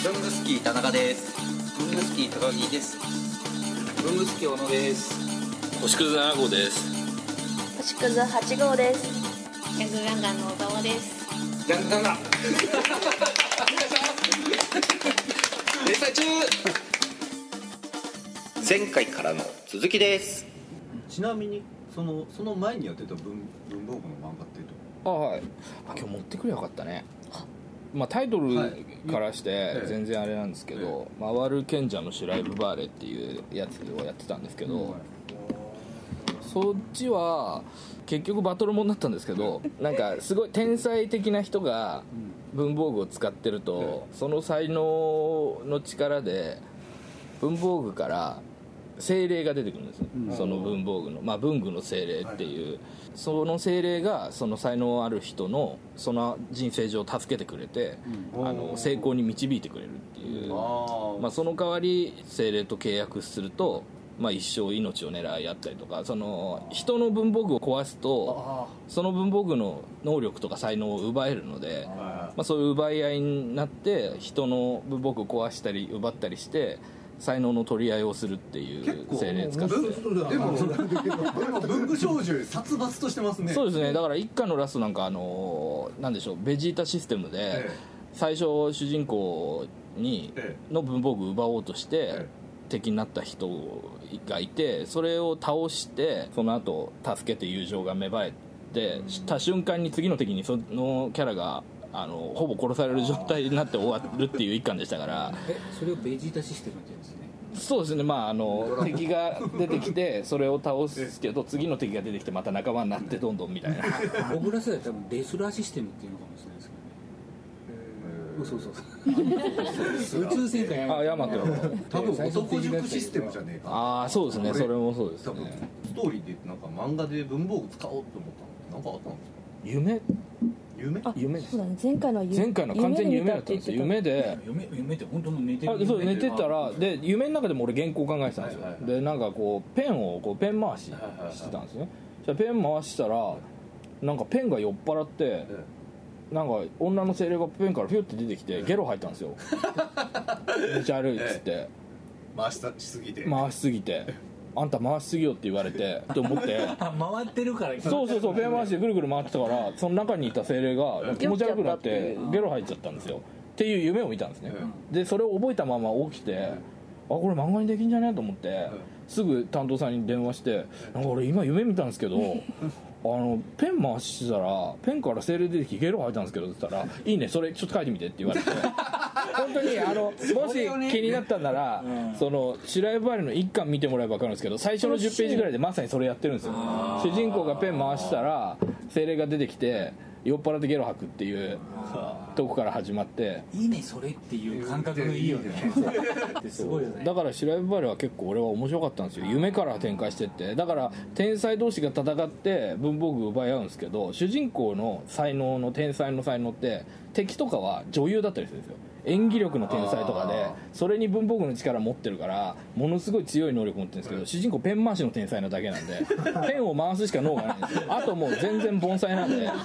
文具スキー田中です。文具スキー高木です。文具スキー小野です。 星屑7号です。 星屑8号です。 ヤングガンガンの小沢です。 ヤングガンガン連載中。前回からの続きです。 ちなみにその前にやってた文房具の漫画っていうと、 はい、今日持ってくればよかったね。まあ、タイトルからして全然あれなんですけど、回る賢者のシュライブバーレっていうやつをやってたんですけど、そっちは結局バトルもんだったんですけど、なんかすごい天才的な人が文房具を使ってると、その才能の力で文房具から精霊が出てくるんですよ、その文房具の、まあ、文具の精霊っていう、その精霊がその才能ある人のその人生上助けてくれて、成功に導いてくれるっていう、まあ、その代わり精霊と契約すると、まあ、一生命を狙い合ったりとか、その人の文房具を壊すとその文房具の能力とか才能を奪えるので、まあ、そういう奪い合いになって人の文房具を壊したり奪ったりして才能の取り合いをするっていう精霊使って、 でも文具少女殺伐としてますね。 そうですね。だから一巻のラストなんかなんでしょう、ベジータシステムで最初主人公の文房具を奪おうとして敵になった人がいて、それを倒してその後助けて友情が芽生えてた瞬間に次の敵にそのキャラがほぼ殺される状態になって終わるっていう一巻でしたから。 それをベジータシステムって言うんですね。 そうですね。まあ敵が出てきてそれを倒すけど次の敵が出てきてまた仲間になってどんどんみたいな僕ら世代多分レスラーシステムっていうのかもしれないですけどね。そう宇宙戦艦ヤマト多分男塾システムじゃねえか。 ああそうですね。それもそうですね。 ストーリーでなんか漫画で文房具使おうって思ったのなんかあったんですか。夢そうだね、前回の完全に夢だったんですよ。夢で夢って本当の寝てる。 そう寝てたらで夢の中でも俺原稿考えてたんですよ、でなんかこうペンをペン回ししてたんですね。じゃあペン回したらなんかペンが酔っ払ってなんか女の精霊がペンからピュッて出てきてゲロ吐いたんですよめちゃ悪いっつって回しすぎてあんた回しすぎよって言われてと思って回ってるからそうペン回しでぐるぐる回ってたからその中にいた精霊が気持ち悪くなってゲロ吐いちゃったんですよっていう夢を見たんですね、でそれを覚えたまま起きてこれ漫画にできんじゃねえと思ってすぐ担当さんに電話してなんか俺今夢見たんですけどペン回したらペンから精霊出てきてゲロ吐いたんですけどって言ったらいいねそれちょっと書いてみてって言われて本当にもし気になったんならそのシュライブバーレの1巻見てもらえば分かるんですけど最初の10ページぐらいでまさにそれやってるんですよ。主人公がペン回したら精霊が出てきて酔っ払ってゲロ吐くっていうとこから始まっていいねそれっていう感覚がいいよねすごいよね。 だからシュライブバーレは結構俺は面白かったんですよ。夢から展開してって、だから天才同士が戦って文房具を奪い合うんですけど主人公の才能の天才の才能って敵とかは女優だったりするんですよ。演技力の天才とかでそれに文房具の力持ってるからものすごい強い能力持ってるんですけど主人公ペン回しの天才なだけなんでペンを回すしか脳がないんですよ。あともう全然盆栽なんで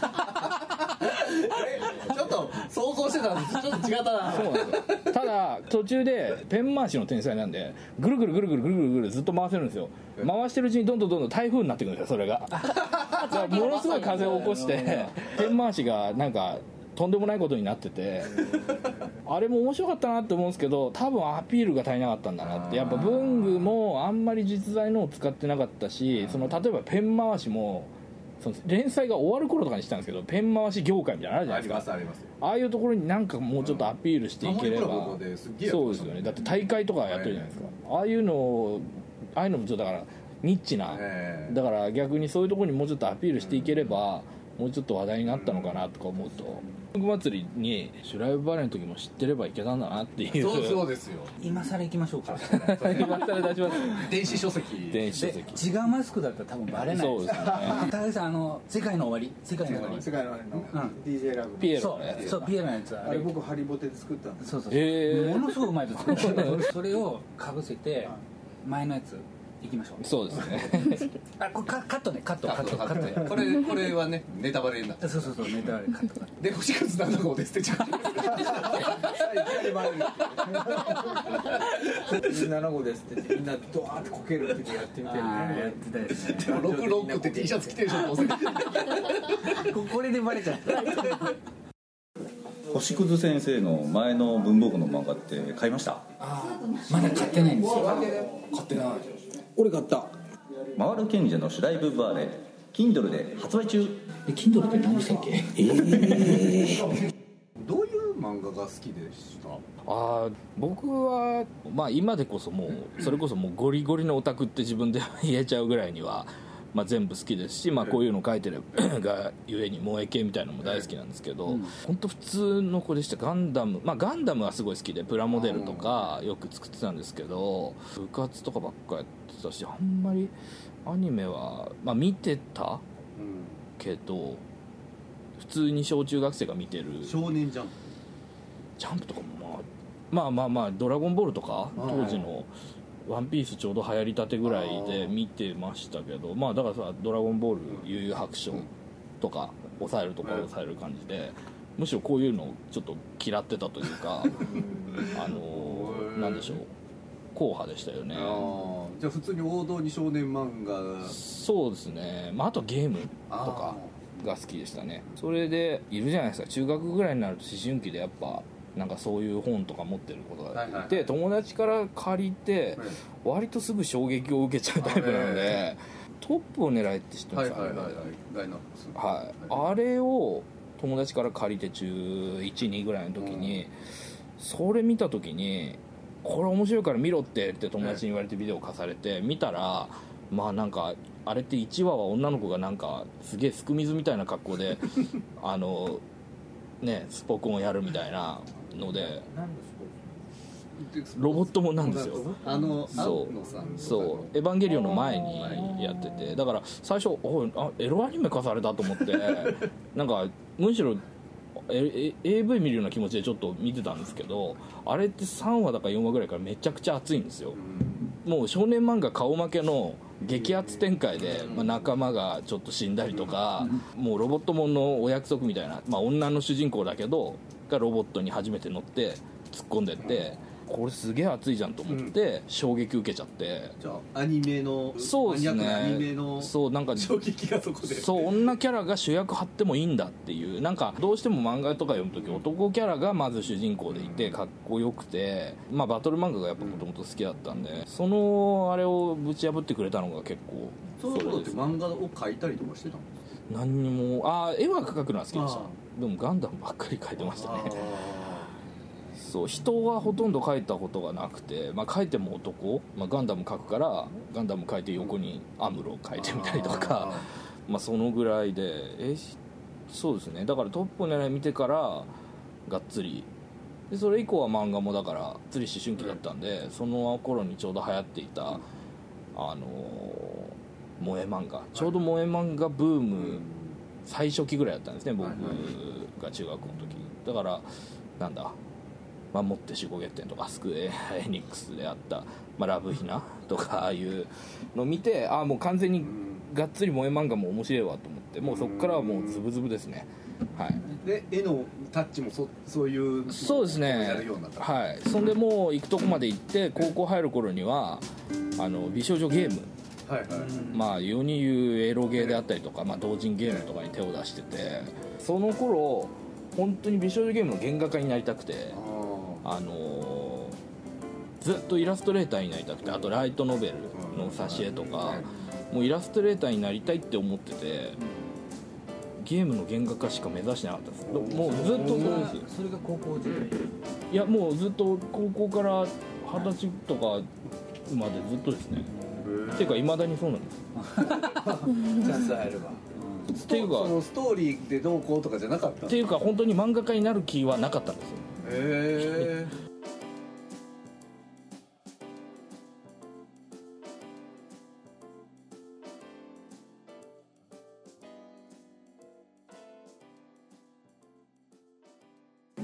ちょっと想像してたんですちょっと違ったな。 そうなんですよ。ただ途中でペン回しの天才なんでぐるぐるずっと回せるんですよ。回してるうちにどんどん台風になってくるんですよそれがだからものすごい風を起こしてペン回しがなんかとんでもないことになっててあれも面白かったなって思うんですけど多分アピールが足りなかったんだなって。やっぱ文具もあんまり実在のを使ってなかったし例えばペン回しもその連載が終わる頃とかにしたんですけどペン回し業界みたいなのあるじゃないですか。 ありますああいうところになんかもうちょっとアピールしていければ、そうですよね。だって大会とかやってるじゃないですか、ああいうのもちょっとだからニッチな、だから逆にそういうところにもうちょっとアピールしていければもうちょっと話題になったのかなとか思うと文具祭りにシュライブバレーの時も知ってればいけたんだなっていう。 そうですよ。 今更行きましょうか今更出します電子書籍違うマスクだったら多分バレない。 そうですね高橋さん世界の終わり世界の終わりの DJ ラブピエロのやつ。 そうピエロのやつあれ僕ハリボテで作ったんです。 そうものすごくうまいですそれをかぶせて前のやつ行きましょう。 そうですねあ、これカットね、カットこれはねネタバレになって、 そうネタバレカット。 で星屑7号で捨てちゃう 7号ですってみんなドワーってこけるってやってみてるやね。 ってたですね。 ロックって T シャツ着てるでしょどうせこれでバレちゃった。 星屑先生の前の文房具の漫画って買いました？ まだ買ってないんですよ。 買ってない。 俺買った。 回る賢者のシュライブバーレ Kindle で発売中。 Kindle って何でしたっけ？ どういう漫画が好きでした？ 僕は、まあ、今でこそもうそれこそもうゴリゴリのオタクって自分で言えちゃうぐらいには、まあ、全部好きですし、まあ、こういうの書いてるがゆえに萌え系みたいなのも大好きなんですけど、本当普通の子でした。ガンダムはすごい好きでプラモデルとかよく作ってたんですけど、部活とかばっかやってたし、あんまりアニメは、まあ、見てたけど普通に小中学生が見てる少年ジャンプとかもまあドラゴンボールとか当時のワンピースちょうど流行りたてぐらいで見てましたけど、まあだからさドラゴンボール悠々白書とか抑えるとか抑える感じで、むしろこういうのをちょっと嫌ってたというかなんでしょう、硬派でしたよね。 じゃあ普通に王道に少年漫画。 そうですね、まあ、あとゲームとかが好きでしたね。それでいるじゃないですか、中学ぐらいになると思春期でやっぱなんかそういう本とか持ってることがいて、友達から借りて割とすぐ衝撃を受けちゃうタイプなので、トップを狙いって知ってますか？あれを友達から借りて中 1,2 ぐらいの時に、それ見た時にこれ面白いから見ろって友達に言われてビデオ貸されて見たら、まあなんかあれって1話は女の子がなんかすげえすく水みたいな格好でスポコンをやるみたいなので、ロボットもんなんですよ。そうエヴァンゲリオンの前にやってて、だから最初エロアニメ化されたと思ってなんかむしろAV 見るような気持ちでちょっと見てたんですけど、あれって3話だか4話ぐらいからめちゃくちゃ熱いんですよ。もう少年漫画顔負けの激アツ展開で、仲間がちょっと死んだりとか、もうロボットもんのお約束みたいな、女の主人公だけどがロボットに初めて乗って突っ込んでって、これすげえ熱いじゃんと思って衝撃受けちゃって、 じゃあアニメのそうですね、 アニメのそうなんか衝撃がそこで、 そう女キャラが主役張ってもいいんだっていう、なんかどうしても漫画とか読むとき男キャラがまず主人公でいてかっこよくて、バトル漫画がやっぱもともと好きだったんで、そのあれをぶち破ってくれたのが結構。 そういうことって漫画を描いたりとかしてたんですか？ 何にも絵は描くのは好きでした。でもガンダムばっかり描いてましたね。そう人はほとんど描いたことがなくて、描いても男、ガンダム描くからガンダム描いて横にアムロを描いてみたりとかそのぐらいでそうですね。だからトップを狙い見てからがっつりで、それ以降は漫画もだからがっつり思春期だったんで、その頃にちょうど流行っていた萌え漫画、ちょうど萌え漫画ブーム最初期ぐらいだったんですね、僕が中学校の時。だからなんだ守って守護月天とかスクエアエニックスであった、ラブヒナとかああいうのを見て、もう完全にがっつり萌え漫画も面白いわと思って、もうそこからはもうズブズブですね。はい、 で絵のタッチもそういうそうですね、 やるようになった。 はい、そんでもう行くとこまで行って高校入る頃には美少女ゲーム、世に言うエロゲーであったりとか、同人ゲームとかに手を出してて、その頃本当に美少女ゲームの原画家になりたくて、ずっとイラストレーターになりたくて、あとライトノベルの挿絵とか、もうイラストレーターになりたいって思ってて、ゲームの原画家しか目指してなかったです。もうずっとそうです。 それが高校時代？ いやもうずっと高校から20歳とかまでずっとですね。っていうか未だにそうなんです。 チャンスあれば。 っていうかそのストーリーでどうこうとかじゃなかった。 っていうか本当に漫画家になる気はなかったんですよ。 へー。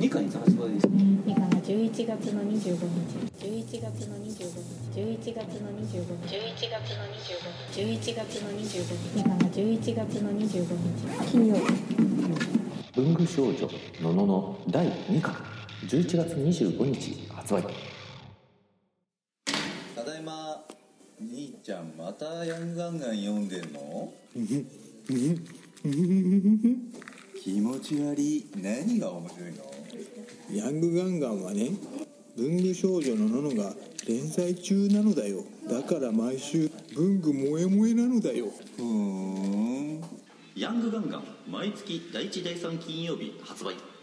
2巻いつ発売ですか？ 2巻が11月の25日11月の25日11月の25日11月の25日11月の25日2巻が11月の25日金曜日。 文具少女ののの第2巻11月25日発売。 ただいま。兄ちゃんまたヤンガンガン読んでんの？気持ち悪い。何が面白いの？ ヤングガンガンはね、文具少女のののが連載中なのだよ。だから毎週文具萌え萌えなのだよ。 ヤングガンガン毎月第1第3金曜日発売。